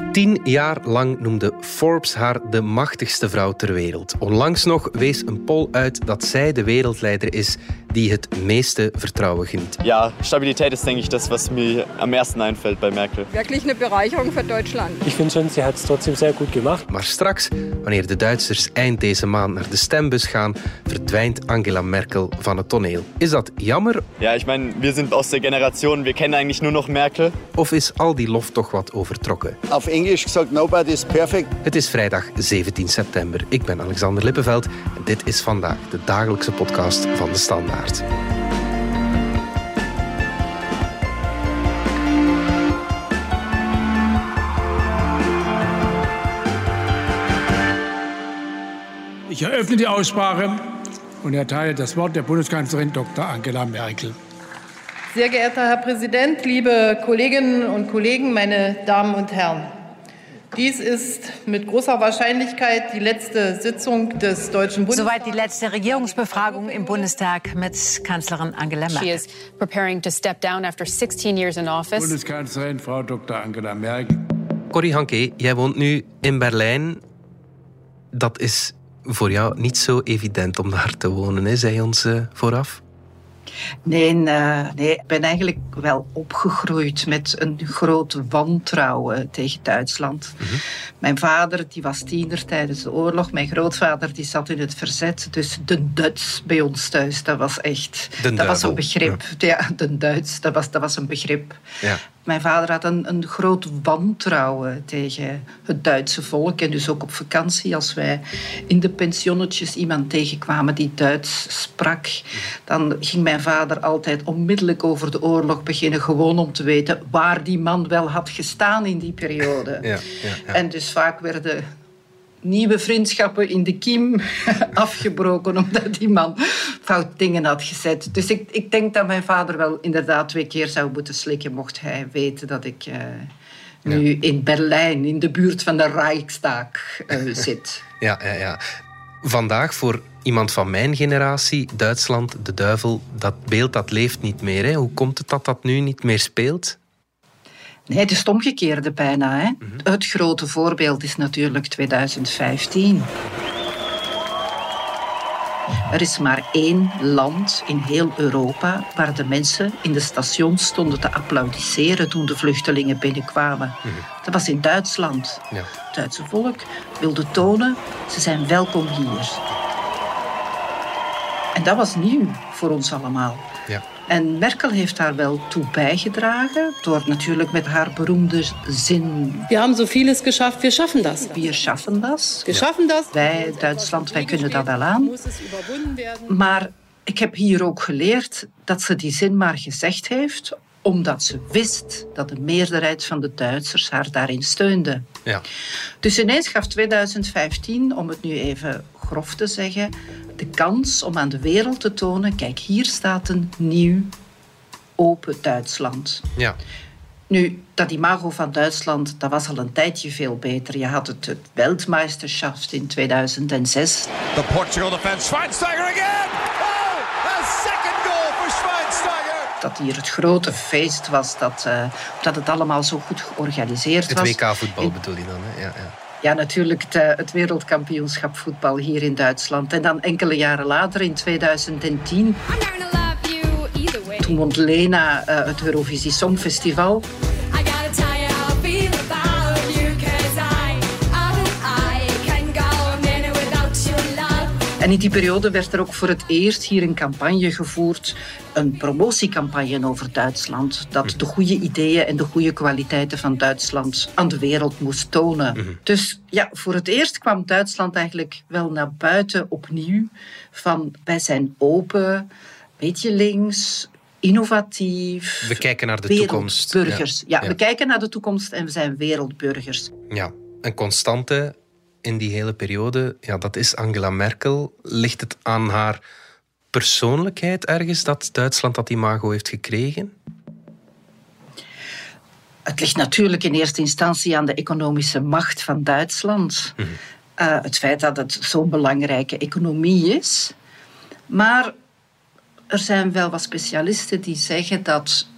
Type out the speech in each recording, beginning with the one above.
10 jaar lang noemde Forbes haar de machtigste vrouw ter wereld. Onlangs nog wees een poll uit dat zij de wereldleider is die het meeste vertrouwen geniet. Ja, stabiliteit is denk ik das, was mir am ersten einfällt bei Merkel. Wirklich eine Bereicherung für Deutschland. Ich finde schon, sie hat es trotzdem sehr gut gemacht. Maar straks, wanneer de Duitsers eind deze maand naar de stembus gaan, verdwijnt Angela Merkel van het toneel. Is dat jammer? Ja, ich meine, wir sind aus der Generation, wir kennen eigentlich nur noch Merkel. Of is al die lof toch wat overtrokken? Auf Englisch gesagt, nobody is perfect. Het is vrijdag 17 september. Ik ben Alexander Lippenveld en dit is Vandaag, de dagelijkse podcast van De Standaard. Ich eröffne die Aussprache und erteile das Wort der Bundeskanzlerin Dr. Angela Merkel. Sehr geehrter Herr Präsident, liebe Kolleginnen und Kollegen, meine Damen und Herren. Dies ist mit großer Wahrscheinlichkeit die letzte Sitzung des Deutschen Bundestags. Soweit die letzte Regierungsbefragung im Bundestag mit Kanzlerin Angela Merkel. She is preparing to step down after 16 years in office. Bundeskanzlerin Frau Dr. Angela Merkel. Corrie Hanke, jij woont nu in Berlijn. Dat is voor jou niet zo evident om daar te wonen, hè? Zei je ons vooraf? Nee, ik ben eigenlijk wel opgegroeid met een groot wantrouwen tegen Duitsland. Mm-hmm. Mijn vader die was tiener tijdens de oorlog. Mijn grootvader die zat in het verzet. Dus de Duits bij ons thuis, dat was echt... Dat was een begrip. Ja, de Duits, dat was een begrip. Ja. Mijn vader had een groot wantrouwen tegen het Duitse volk. En dus ook op vakantie, als wij in de pensionnetjes iemand tegenkwamen die Duits sprak, dan ging mijn vader altijd onmiddellijk over de oorlog beginnen, gewoon om te weten waar die man wel had gestaan in die periode. Ja. En dus vaak werden nieuwe vriendschappen in de kiem afgebroken omdat die man fout dingen had gezet. Dus ik denk dat mijn vader wel inderdaad 2 keer zou moeten slikken mocht hij weten dat ik nu in Berlijn, in de buurt van de Rijksdag zit. Ja. Vandaag voor iemand van mijn generatie, Duitsland, de duivel, dat beeld dat leeft niet meer. Hè? Hoe komt het dat dat nu niet meer speelt? Nee, het is het omgekeerde bijna. Hè? Mm-hmm. Het grote voorbeeld is natuurlijk 2015. Er is maar 1 land in heel Europa waar de mensen in de stations stonden te applaudisseren toen de vluchtelingen binnenkwamen. Mm-hmm. Dat was in Duitsland. Ja. Het Duitse volk wilde tonen, ze zijn welkom hier. En dat was nieuw voor ons allemaal. Ja. En Merkel heeft daar wel toe bijgedragen, door natuurlijk met haar beroemde zin... We hebben zo vieles geschafft, we schaffen dat. We schaffen dat. We schaffen dat. Wij, Duitsland, wij kunnen dat wel aan. Maar ik heb hier ook geleerd dat ze die zin maar gezegd heeft, omdat ze wist dat de meerderheid van de Duitsers haar daarin steunde. Ja. Dus ineens gaf 2015, om het nu even grof te zeggen, de kans om aan de wereld te tonen, kijk, hier staat een nieuw, open Duitsland. Ja. Nu, dat imago van Duitsland, dat was al een tijdje veel beter. Je had het Weltmeisterschaft in 2006. The Portugal defense, Schweinsteiger again! Oh, a second goal for Schweinsteiger! Dat hier het grote feest was, dat het allemaal zo goed georganiseerd was. Het WK-voetbal bedoel je dan, hè? Ja. Ja, natuurlijk het wereldkampioenschap voetbal hier in Duitsland. En dan enkele jaren later, in 2010... Toen won Lena het Eurovisie Songfestival. En in die periode werd er ook voor het eerst hier een campagne gevoerd, een promotiecampagne over Duitsland, dat de goede ideeën en de goede kwaliteiten van Duitsland aan de wereld moest tonen. Mm-hmm. Dus ja, voor het eerst kwam Duitsland eigenlijk wel naar buiten opnieuw van wij zijn open, beetje links, innovatief. We kijken naar de toekomst. Wereldburgers. Ja, we kijken naar de toekomst en we zijn wereldburgers. Ja, een constante in die hele periode, ja, dat is Angela Merkel. Ligt het aan haar persoonlijkheid ergens dat Duitsland dat imago heeft gekregen? Het ligt natuurlijk in eerste instantie aan de economische macht van Duitsland. Mm-hmm. Het feit dat het zo'n belangrijke economie is. Maar er zijn wel wat specialisten die zeggen dat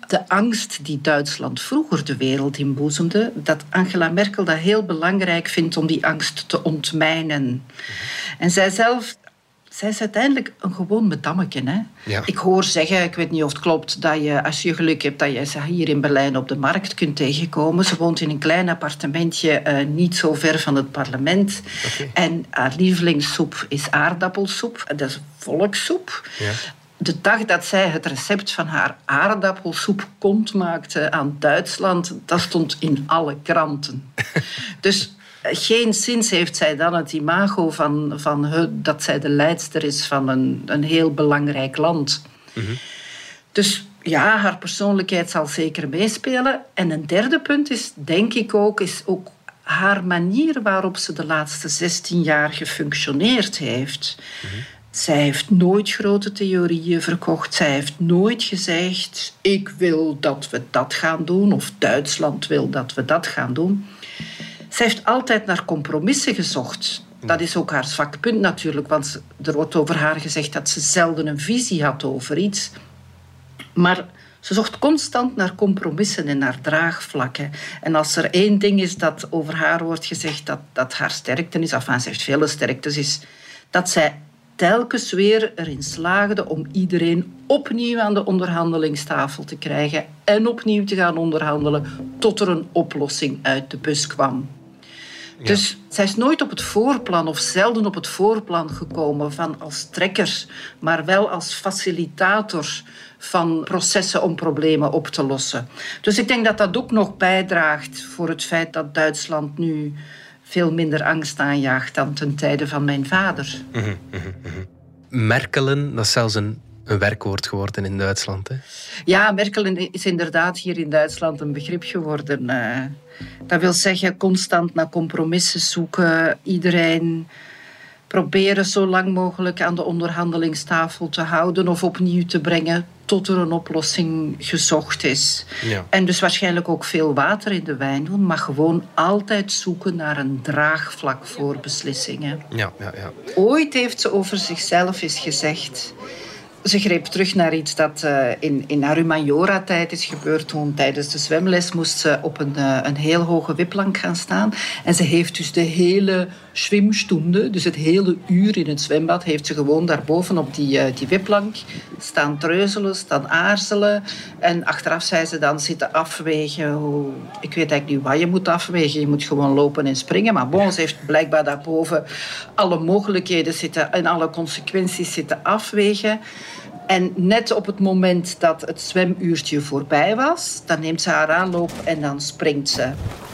de angst die Duitsland vroeger de wereld inboezemde, dat Angela Merkel dat heel belangrijk vindt om die angst te ontmijnen. En zij is uiteindelijk een gewoon medammeke. Hè? Ja. Ik hoor zeggen, ik weet niet of het klopt, dat je, als je geluk hebt, dat je ze hier in Berlijn op de markt kunt tegenkomen. Ze woont in een klein appartementje, niet zo ver van het parlement. Okay. En haar lievelingssoep is aardappelsoep. Dat is volkssoep. Ja. De dag dat zij het recept van haar aardappelsoep maakte aan Duitsland, dat stond in alle kranten. Dus geen zins heeft zij dan het imago van dat zij de leidster is van een heel belangrijk land. Mm-hmm. Dus ja, haar persoonlijkheid zal zeker meespelen. En een derde punt is, denk ik ook, is ook haar manier waarop ze de laatste 16 jaar gefunctioneerd heeft. Mm-hmm. Zij heeft nooit grote theorieën verkocht. Zij heeft nooit gezegd, ik wil dat we dat gaan doen, of Duitsland wil dat we dat gaan doen. Zij heeft altijd naar compromissen gezocht. Dat is ook haar zwakke punt natuurlijk, want er wordt over haar gezegd dat ze zelden een visie had over iets. Maar ze zocht constant naar compromissen en naar draagvlakken. En als er één ding is dat over haar wordt gezegd dat haar sterkte is, enfin, ze heeft vele sterktes, is dat zij telkens weer erin slaagde om iedereen opnieuw aan de onderhandelingstafel te krijgen en opnieuw te gaan onderhandelen tot er een oplossing uit de bus kwam. Ja. Dus zij is nooit op het voorplan of zelden op het voorplan gekomen van als trekker, maar wel als facilitator van processen om problemen op te lossen. Dus ik denk dat dat ook nog bijdraagt voor het feit dat Duitsland nu veel minder angst aanjaagt dan ten tijde van mijn vader. Merkelen, dat is zelfs een werkwoord geworden in Duitsland. Hè? Ja, merkelen is inderdaad hier in Duitsland een begrip geworden. Dat wil zeggen, constant naar compromissen zoeken. Iedereen proberen zo lang mogelijk aan de onderhandelingstafel te houden of opnieuw te brengen tot er een oplossing gezocht is. Ja. En dus waarschijnlijk ook veel water in de wijn doen, maar gewoon altijd zoeken naar een draagvlak voor beslissingen. Ja. Ooit heeft ze over zichzelf eens gezegd, ze greep terug naar iets dat in haar humaniora-tijd is gebeurd. Toen tijdens de zwemles moest ze op een heel hoge wipplank gaan staan. En ze heeft dus de hele zwemstunde, dus het hele uur in het zwembad, heeft ze gewoon daarboven op die wipplank staan treuzelen, staan aarzelen. En achteraf zei ze dan zitten afwegen. Ik weet eigenlijk niet wat je moet afwegen. Je moet gewoon lopen en springen. Maar bon, ze heeft blijkbaar daarboven alle mogelijkheden zitten en alle consequenties zitten afwegen. En net op het moment dat het zwemuurtje voorbij was, dan neemt ze haar aanloop en dan springt ze.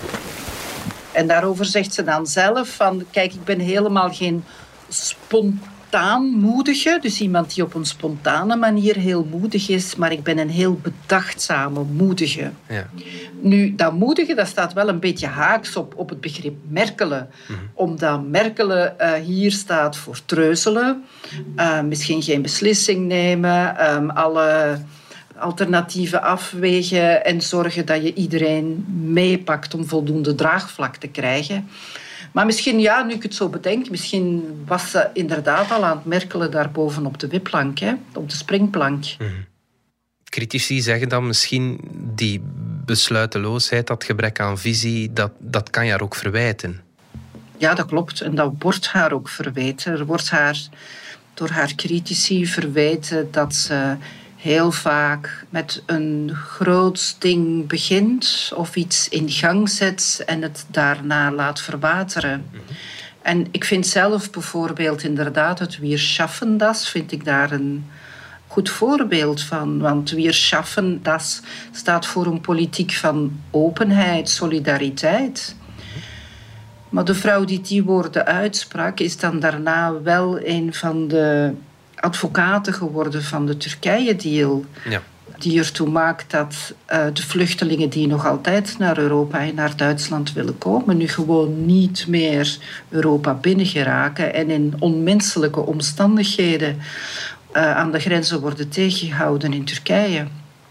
En daarover zegt ze dan zelf van, kijk, ik ben helemaal geen spontaan moedige, dus iemand die op een spontane manier heel moedig is, maar ik ben een heel bedachtzame moedige. Ja. Nu, dat moedige, dat staat wel een beetje haaks op het begrip merkelen. Mm-hmm. Omdat merkelen hier staat voor treuzelen, misschien geen beslissing nemen, alle alternatieven afwegen en zorgen dat je iedereen meepakt om voldoende draagvlak te krijgen. Maar misschien, ja, nu ik het zo bedenk, misschien was ze inderdaad al aan het merkelen daarboven op de wipplank, hè, op de springplank. Mm-hmm. Critici zeggen dan misschien die besluiteloosheid, dat gebrek aan visie, dat kan je haar ook verwijten. Ja, dat klopt. En dat wordt haar ook verweten. Er wordt haar door haar critici verweten dat ze heel vaak met een groot ding begint of iets in gang zet en het daarna laat verwateren. Mm-hmm. En ik vind zelf bijvoorbeeld inderdaad het Wir schaffen das, vind ik daar een goed voorbeeld van. Want Wir schaffen das staat voor een politiek van openheid, solidariteit. Maar de vrouw die woorden uitsprak is dan daarna wel een van de advocaten geworden van de Turkije-deal. Ja. Die ertoe maakt dat de vluchtelingen die nog altijd naar Europa en naar Duitsland willen komen, nu gewoon niet meer Europa binnen geraken en in onmenselijke omstandigheden aan de grenzen worden tegengehouden in Turkije.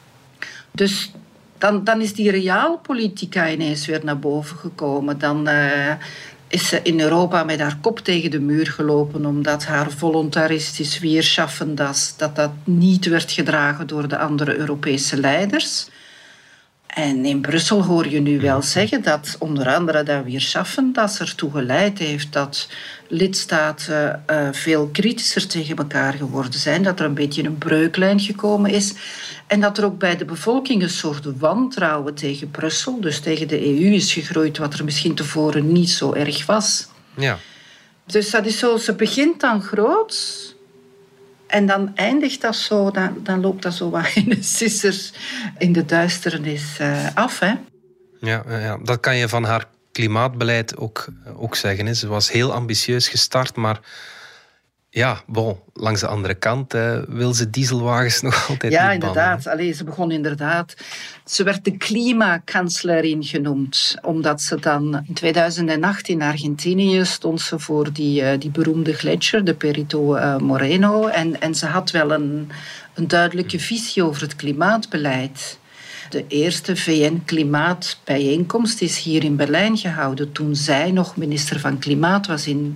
Dus dan is die realpolitica ineens weer naar boven gekomen. is ze in Europa met haar kop tegen de muur gelopen, omdat haar voluntaristisch weerschaffen dat niet werd gedragen door de andere Europese leiders. En in Brussel hoor je nu wel zeggen dat onder andere dat weerschaffen dat ertoe geleid heeft dat lidstaten veel kritischer tegen elkaar geworden zijn, dat er een beetje een breuklijn gekomen is en dat er ook bij de bevolking een soort wantrouwen tegen Brussel, dus tegen de EU, is gegroeid, wat er misschien tevoren niet zo erg was. Ja. Dus dat is zo, ze begint dan groot en dan eindigt dat zo, dan loopt dat zo wat in de sissers, in de duisternis af. Hè? Ja, dat kan je van haar klimaatbeleid ook zeggen. Hè. Ze was heel ambitieus gestart, maar ja, langs de andere kant wil ze dieselwagens nog altijd niet bannen. Ja, inderdaad. Ze begon inderdaad. Ze werd de klimaatkanslerin genoemd, omdat ze dan in 2008 in Argentinië stond ze voor die beroemde gletsjer, de Perito Moreno. En ze had wel een duidelijke visie over het klimaatbeleid. De eerste VN-klimaatbijeenkomst is hier in Berlijn gehouden toen zij nog minister van Klimaat was in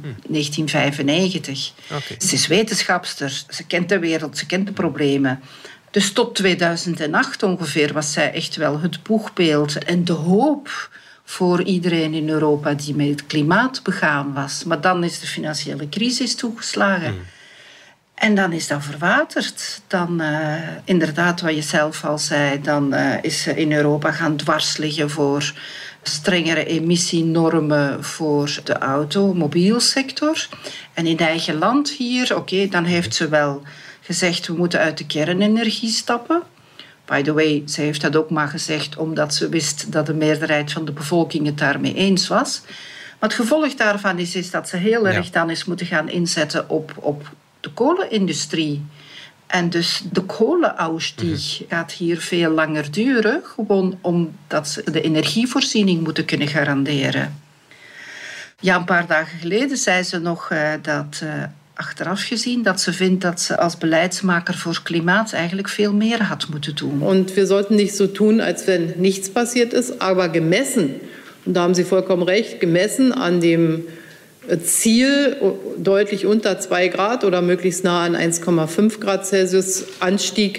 1995. Okay. Ze is wetenschapster, ze kent de wereld, ze kent de problemen. Dus tot 2008 ongeveer was zij echt wel het boegbeeld en de hoop voor iedereen in Europa die met het klimaat begaan was. Maar dan is de financiële crisis toegeslagen. En dan is dat verwaterd. Dan, inderdaad, wat je zelf al zei, dan is ze in Europa gaan dwars liggen voor strengere emissienormen voor de automobielsector. En in eigen land hier, dan heeft ze wel gezegd, we moeten uit de kernenergie stappen. By the way, ze heeft dat ook maar gezegd omdat ze wist dat de meerderheid van de bevolking het daarmee eens was. Maar het gevolg daarvan is dat ze heel erg dan is moeten gaan inzetten op de kolenindustrie. En dus de kolenausstieg gaat hier veel langer duren, gewoon omdat ze de energievoorziening moeten kunnen garanderen. Ja, een paar dagen geleden zei ze nog dat, achteraf gezien, dat ze vindt dat ze als beleidsmaker voor klimaat eigenlijk veel meer had moeten doen. Und wir sollten nicht so tun, als wenn nichts passiert ist, aber gemessen, und da haben Sie vollkommen recht, gemessen an dem Ziel deutlich unter 2 Grad oder möglichst nah an 1,5 Grad Celsius Anstieg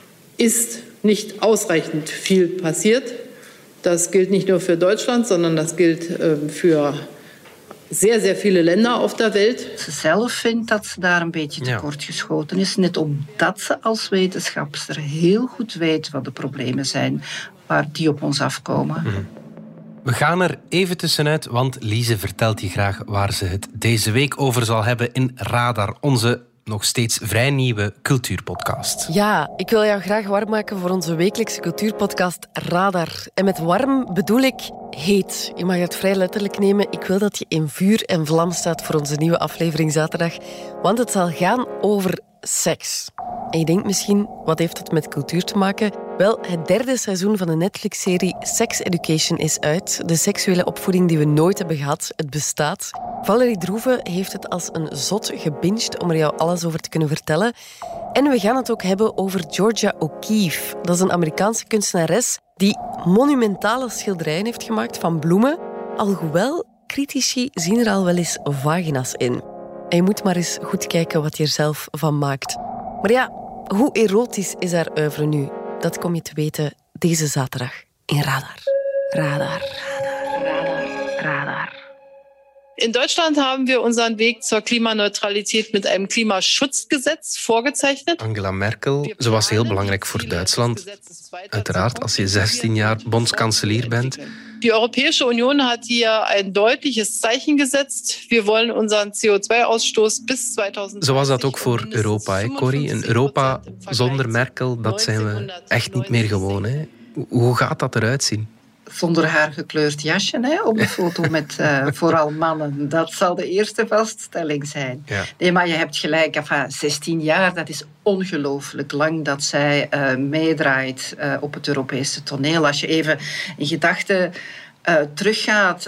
ist nicht ausreichend viel passiert. Das gilt nicht nur für Deutschland, sondern das gilt für sehr, sehr viele Länder auf der Welt. Ze zelf vindt dat ze daar een beetje tekort geschoten is, net omdat ze als wetenschapster heel goed weet wat de problemen zijn waar die op ons afkomen. We gaan er even tussenuit, want Lise vertelt je graag waar ze het deze week over zal hebben in Radar, onze nog steeds vrij nieuwe cultuurpodcast. Ja, ik wil jou graag warm maken voor onze wekelijkse cultuurpodcast Radar. En met warm bedoel ik heet. Je mag het vrij letterlijk nemen. Ik wil dat je in vuur en vlam staat voor onze nieuwe aflevering zaterdag, want het zal gaan over seks. En je denkt misschien, wat heeft dat met cultuur te maken? Wel, het 3e seizoen van de Netflix-serie Sex Education is uit. De seksuele opvoeding die we nooit hebben gehad. Het bestaat. Valerie Droeve heeft het als een zot gebinged om er jou alles over te kunnen vertellen. En we gaan het ook hebben over Georgia O'Keeffe. Dat is een Amerikaanse kunstenares die monumentale schilderijen heeft gemaakt van bloemen. Alhoewel, critici zien er al wel eens vagina's in. En je moet maar eens goed kijken wat je er zelf van maakt. Maar ja, hoe erotisch is haar oeuvre nu? Dat kom je te weten deze zaterdag in Radar. Radar. In Deutschland haben wir unseren Weg zur Klimaneutralität mit einem Klimaschutzgesetz vorgezeichnet. Angela Merkel, ze was heel belangrijk voor Duitsland. Uiteraard, als je 16 jaar bondskanselier bent. Die Europäische Union hat hier ein deutliches Zeichen gesetzt. Wir wollen unseren CO2-Ausstoß bis 2030... Zo was dat ook voor Europa, hè, Corrie. Een Europa zonder Merkel, dat zijn we echt niet meer gewoon. Hè. Hoe gaat dat eruit zien? Zonder haar gekleurd jasje op de foto met vooral mannen. Dat zal de eerste vaststelling zijn. Ja. Nee, maar je hebt gelijk. 16 jaar, dat is ongelooflijk lang dat zij meedraait op het Europese toneel. Als je even in gedachten teruggaat...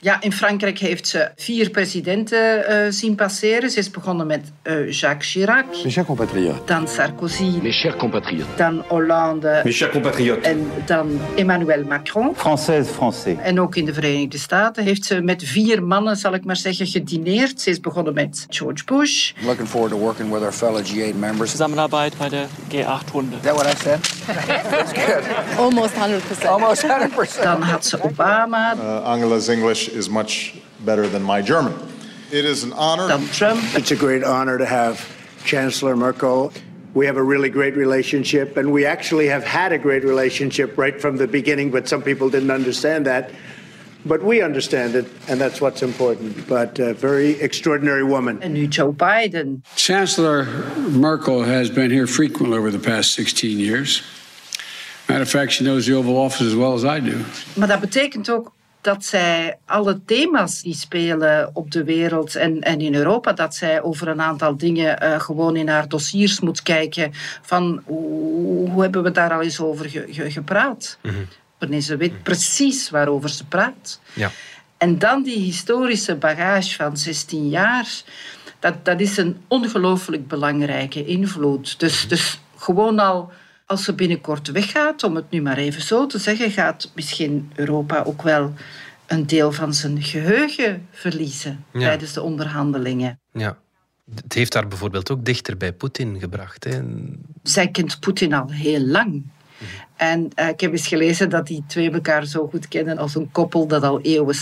Ja, in Frankrijk heeft ze 4 presidenten zien passeren. Ze is begonnen met Jacques Chirac. Mes chers compatriotes. Dan Sarkozy. Mes chers compatriotes. Dan Hollande. Mes chers compatriotes. En dan Emmanuel Macron. Français. En ook in de Verenigde Staten heeft ze met 4 mannen, zal ik maar zeggen, gedineerd. Ze is begonnen met George Bush. Looking forward to working with our fellow G8 members. Samenarbeit bij de G8-Runde. Is that what I said? That's good. Almost 100%. Almost 100%. Dan had ze Obama. Angela's English is much better than my German. It is an honor. Dan Trump. It's a great honor to have Chancellor Merkel. We have a really great relationship, and we actually have had a great relationship right from the beginning, but some people didn't understand that. But we understand it, and that's what's important. But a very extraordinary woman. En nu Joe Biden. Chancellor Merkel has been here frequently over the past 16 years. Matter of fact, she knows the Oval Office as well as I do. Maar dat betekent ook dat zij alle thema's die spelen op de wereld en in Europa, dat zij over een aantal dingen gewoon in haar dossiers moet kijken van hoe hebben we daar al eens over gepraat. Mm-hmm. Ze weet precies waarover ze praat. Ja. En dan die historische bagage van 16 jaar, dat is een ongelooflijk belangrijke invloed. Dus gewoon al als ze binnenkort weggaat, om het nu maar even zo te zeggen, gaat misschien Europa ook wel een deel van zijn geheugen verliezen tijdens de onderhandelingen. Ja. Het heeft haar bijvoorbeeld ook dichter bij Poetin gebracht. Hè? Zij kent Poetin al heel lang. En ik heb eens gelezen dat die twee elkaar zo goed kennen als een koppel dat al eeuwen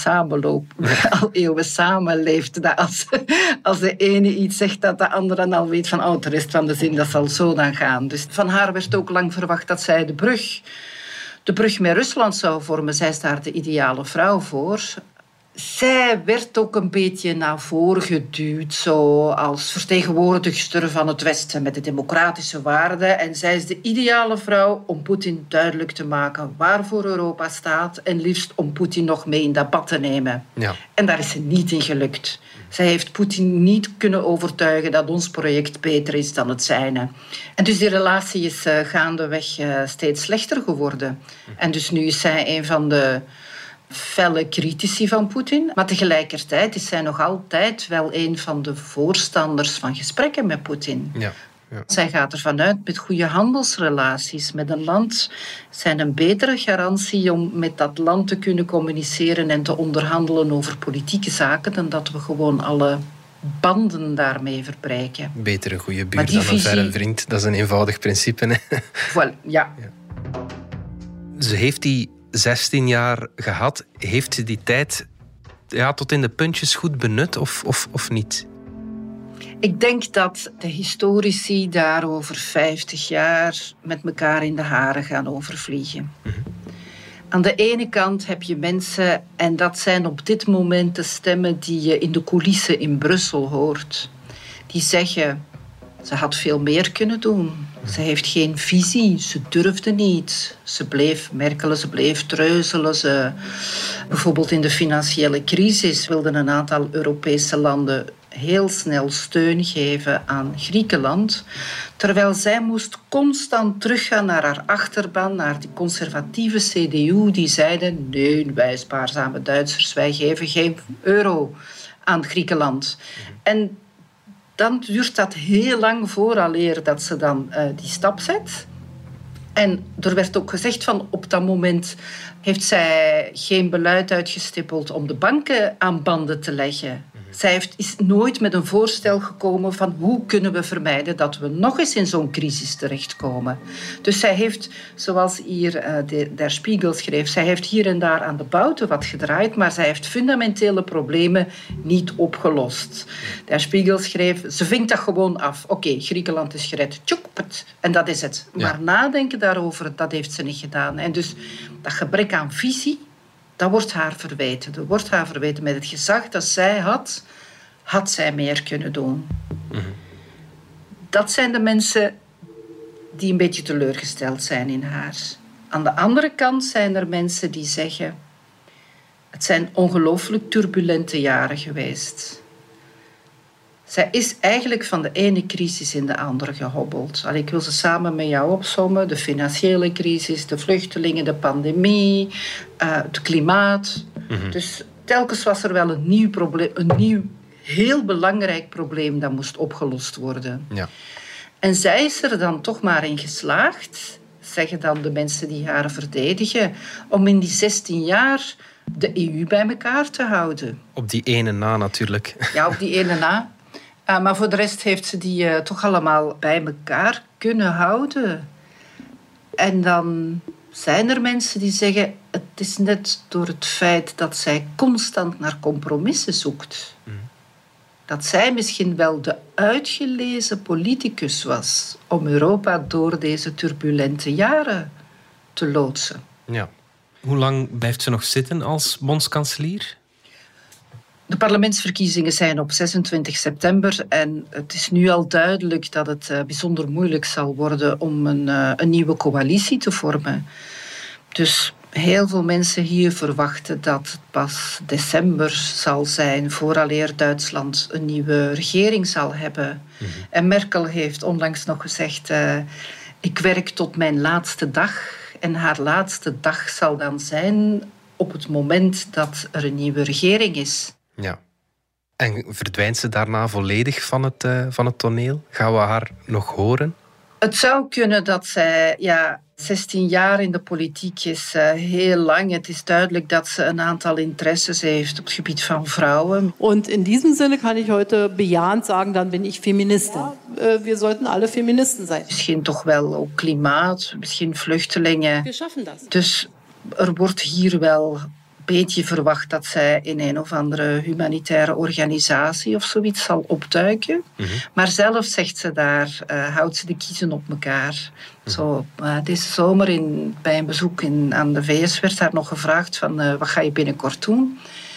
al eeuwen samenleeft. Dat als de ene iets zegt, dat de andere al weet van de rest van de zin, dat zal zo dan gaan. Dus van haar werd ook lang verwacht dat zij de brug met Rusland zou vormen. Zij is daar de ideale vrouw voor. Zij werd ook een beetje naar voren geduwd, zo als vertegenwoordigster van het Westen met de democratische waarden. En zij is de ideale vrouw om Poetin duidelijk te maken waarvoor Europa staat en liefst om Poetin nog mee in debat te nemen. Ja. En daar is ze niet in gelukt. Zij heeft Poetin niet kunnen overtuigen dat ons project beter is dan het zijne. En dus die relatie is gaandeweg steeds slechter geworden. En dus nu is zij een van de felle critici van Poetin. Maar tegelijkertijd is zij nog altijd wel een van de voorstanders van gesprekken met Poetin. Ja. Ja. Zij gaat ervan uit met goede handelsrelaties met een land zijn een betere garantie om met dat land te kunnen communiceren en te onderhandelen over politieke zaken dan dat we gewoon alle banden daarmee verbreken. Beter een goede buur dan een verre vriend. Dat is een eenvoudig principe. Hè? Voilà, ja. Ze heeft die 16 jaar gehad. Heeft ze die tijd tot in de puntjes goed benut of niet? Ik denk dat de historici daar over 50 jaar met elkaar in de haren gaan overvliegen. Mm-hmm. Aan de ene kant heb je mensen, en dat zijn op dit moment de stemmen die je in de coulissen in Brussel hoort, die zeggen, ze had veel meer kunnen doen. Ze heeft geen visie, ze durfde niet. Ze bleef merkelen, ze bleef treuzelen. Bijvoorbeeld in de financiële crisis wilden een aantal Europese landen heel snel steun geven aan Griekenland, terwijl zij moest constant teruggaan naar haar achterban, naar die conservatieve CDU, die zeiden, nee, wij spaarzame Duitsers, wij geven geen euro aan Griekenland. En dan duurt dat heel lang vooraleer dat ze dan die stap zet. En er werd ook gezegd van op dat moment heeft zij geen beleid uitgestippeld om de banken aan banden te leggen. Zij is nooit met een voorstel gekomen van hoe kunnen we vermijden dat we nog eens in zo'n crisis terechtkomen. Dus zij heeft, zoals hier Der Spiegel schreef, zij heeft hier en daar aan de bouten wat gedraaid, maar zij heeft fundamentele problemen niet opgelost. Der Spiegel schreef, ze vinkt dat gewoon af. Oké, Griekenland is gered, tjoekpet, en dat is het. Ja. Maar nadenken daarover, dat heeft ze niet gedaan. En dus dat gebrek aan visie, dat wordt haar verweten. Er wordt haar verweten met het gezag dat zij had zij meer kunnen doen. Mm-hmm. Dat zijn de mensen die een beetje teleurgesteld zijn in haar. Aan de andere kant zijn er mensen die zeggen, het zijn ongelooflijk turbulente jaren geweest. Zij is eigenlijk van de ene crisis in de andere gehobbeld. Ik wil ze samen met jou opsommen. De financiële crisis, de vluchtelingen, de pandemie, het klimaat. Mm-hmm. Dus telkens was er wel een nieuw probleem, een nieuw heel belangrijk probleem dat moest opgelost worden. Ja. En zij is er dan toch maar in geslaagd, zeggen dan de mensen die haar verdedigen, om in die 16 jaar de EU bij elkaar te houden. Op die ene na natuurlijk. Ja, op die ene na. Maar voor de rest heeft ze die toch allemaal bij elkaar kunnen houden. En dan zijn er mensen die zeggen, het is net door het feit dat zij constant naar compromissen zoekt. Dat zij misschien wel de uitgelezen politicus was om Europa door deze turbulente jaren te loodsen. Ja. Hoe lang blijft ze nog zitten als bondskanselier? De parlementsverkiezingen zijn op 26 september en het is nu al duidelijk dat het bijzonder moeilijk zal worden om een nieuwe coalitie te vormen. Dus heel veel mensen hier verwachten dat het pas december zal zijn vooraleer Duitsland een nieuwe regering zal hebben. En Merkel heeft onlangs nog gezegd, ik werk tot mijn laatste dag. En haar laatste dag zal dan zijn op het moment dat er een nieuwe regering is. Ja. En verdwijnt ze daarna volledig van het toneel? Gaan we haar nog horen? Het zou kunnen dat zij 16 jaar in de politiek is heel lang. Het is duidelijk dat ze een aantal interesses heeft op het gebied van vrouwen. Und in diesem Sinne kann ich heute bejahend sagen, dann bin ich Feministin. Wir sollten alle Feministen sein. Misschien toch wel ook klimaat, misschien vluchtelingen. Wir schaffen das. Dus er wordt hier wel een beetje verwacht dat zij in een of andere humanitaire organisatie of zoiets zal opduiken. Maar zelf zegt ze daar, houdt ze de kiezen op elkaar. Zo, deze zomer bij een bezoek aan de VS werd haar nog gevraagd van wat ga je binnenkort doen?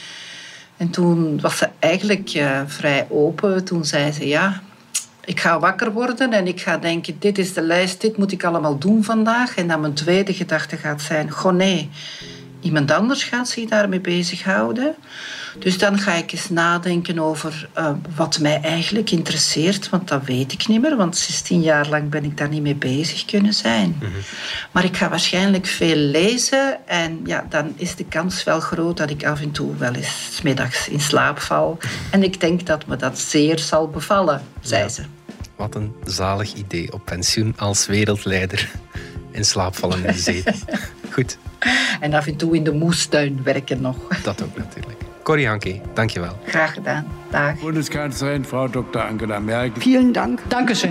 En toen was ze eigenlijk vrij open. Toen zei ze ik ga wakker worden en ik ga denken, dit is de lijst, dit moet ik allemaal doen vandaag. En dan mijn tweede gedachte gaat zijn, nee, iemand anders gaat zich daarmee bezighouden. Dus dan ga ik eens nadenken over wat mij eigenlijk interesseert, want dat weet ik niet meer, want 16 jaar lang ben ik daar niet mee bezig kunnen zijn. Maar ik ga waarschijnlijk veel lezen en dan is de kans wel groot dat ik af en toe wel eens 's middags in slaap val. En ik denk dat me dat zeer zal bevallen, zei ze. Wat een zalig idee, op pensioen als wereldleider. In slaap vallen in de zetel. Goed. En af en toe in de moestuin werken nog. Dat ook natuurlijk. Corrie Hanke, dankjewel. Graag gedaan. Dag. Bundeskanzlerin Frau Dr. Angela Merkel. Vielen Dank. Dankeschön.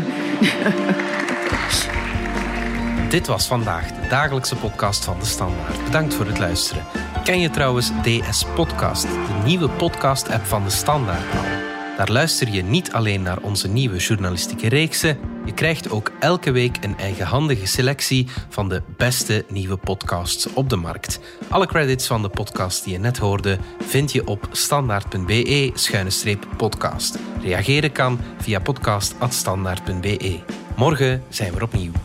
Dit was vandaag de dagelijkse podcast van De Standaard. Bedankt voor het luisteren. Ken je trouwens DS Podcast, de nieuwe podcast-app van De Standaard al? Daar luister je niet alleen naar onze nieuwe journalistieke reeksen, je krijgt ook elke week een eigenhandige selectie van de beste nieuwe podcasts op de markt. Alle credits van de podcast die je net hoorde vind je op standaard.be/podcast. Reageren kan via podcast@standaard.be. Morgen zijn we opnieuw.